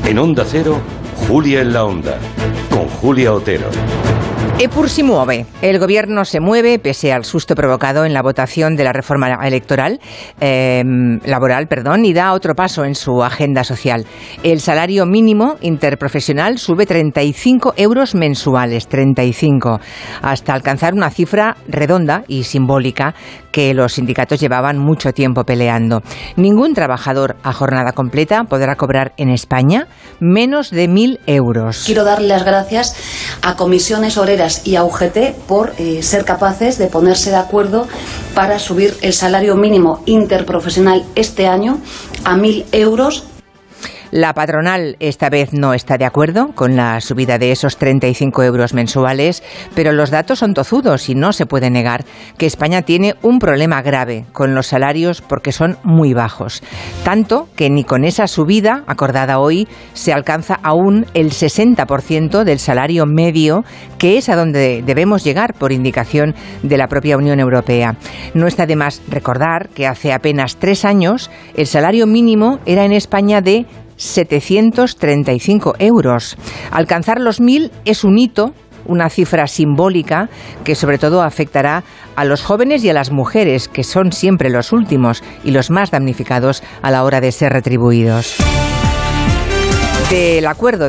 En Onda Cero, Julia en la Onda, con Julia Otero. EPUR si muove. El gobierno se mueve pese al susto provocado en la votación de la reforma laboral, y da otro paso en su agenda social. El salario mínimo interprofesional sube 35 euros mensuales, 35, hasta alcanzar una cifra redonda y simbólica que los sindicatos llevaban mucho tiempo peleando. Ningún trabajador a jornada completa podrá cobrar en España menos de 1.000 euros. Quiero darle las gracias a Comisiones Obreras y a UGT por ser capaces de ponerse de acuerdo para subir el salario mínimo interprofesional este año a 1.000 euros. La patronal esta vez no está de acuerdo con la subida de esos 35 euros mensuales, pero los datos son tozudos y no se puede negar que España tiene un problema grave con los salarios porque son muy bajos. Tanto que ni con esa subida acordada hoy se alcanza aún el 60% del salario medio, que es a donde debemos llegar por indicación de la propia Unión Europea. No está de más recordar que hace apenas 3 años el salario mínimo era en España de 735 euros. Alcanzar los 1.000 es un hito, una cifra simbólica que sobre todo afectará a los jóvenes y a las mujeres, que son siempre los últimos y los más damnificados a la hora de ser retribuidos. Del acuerdo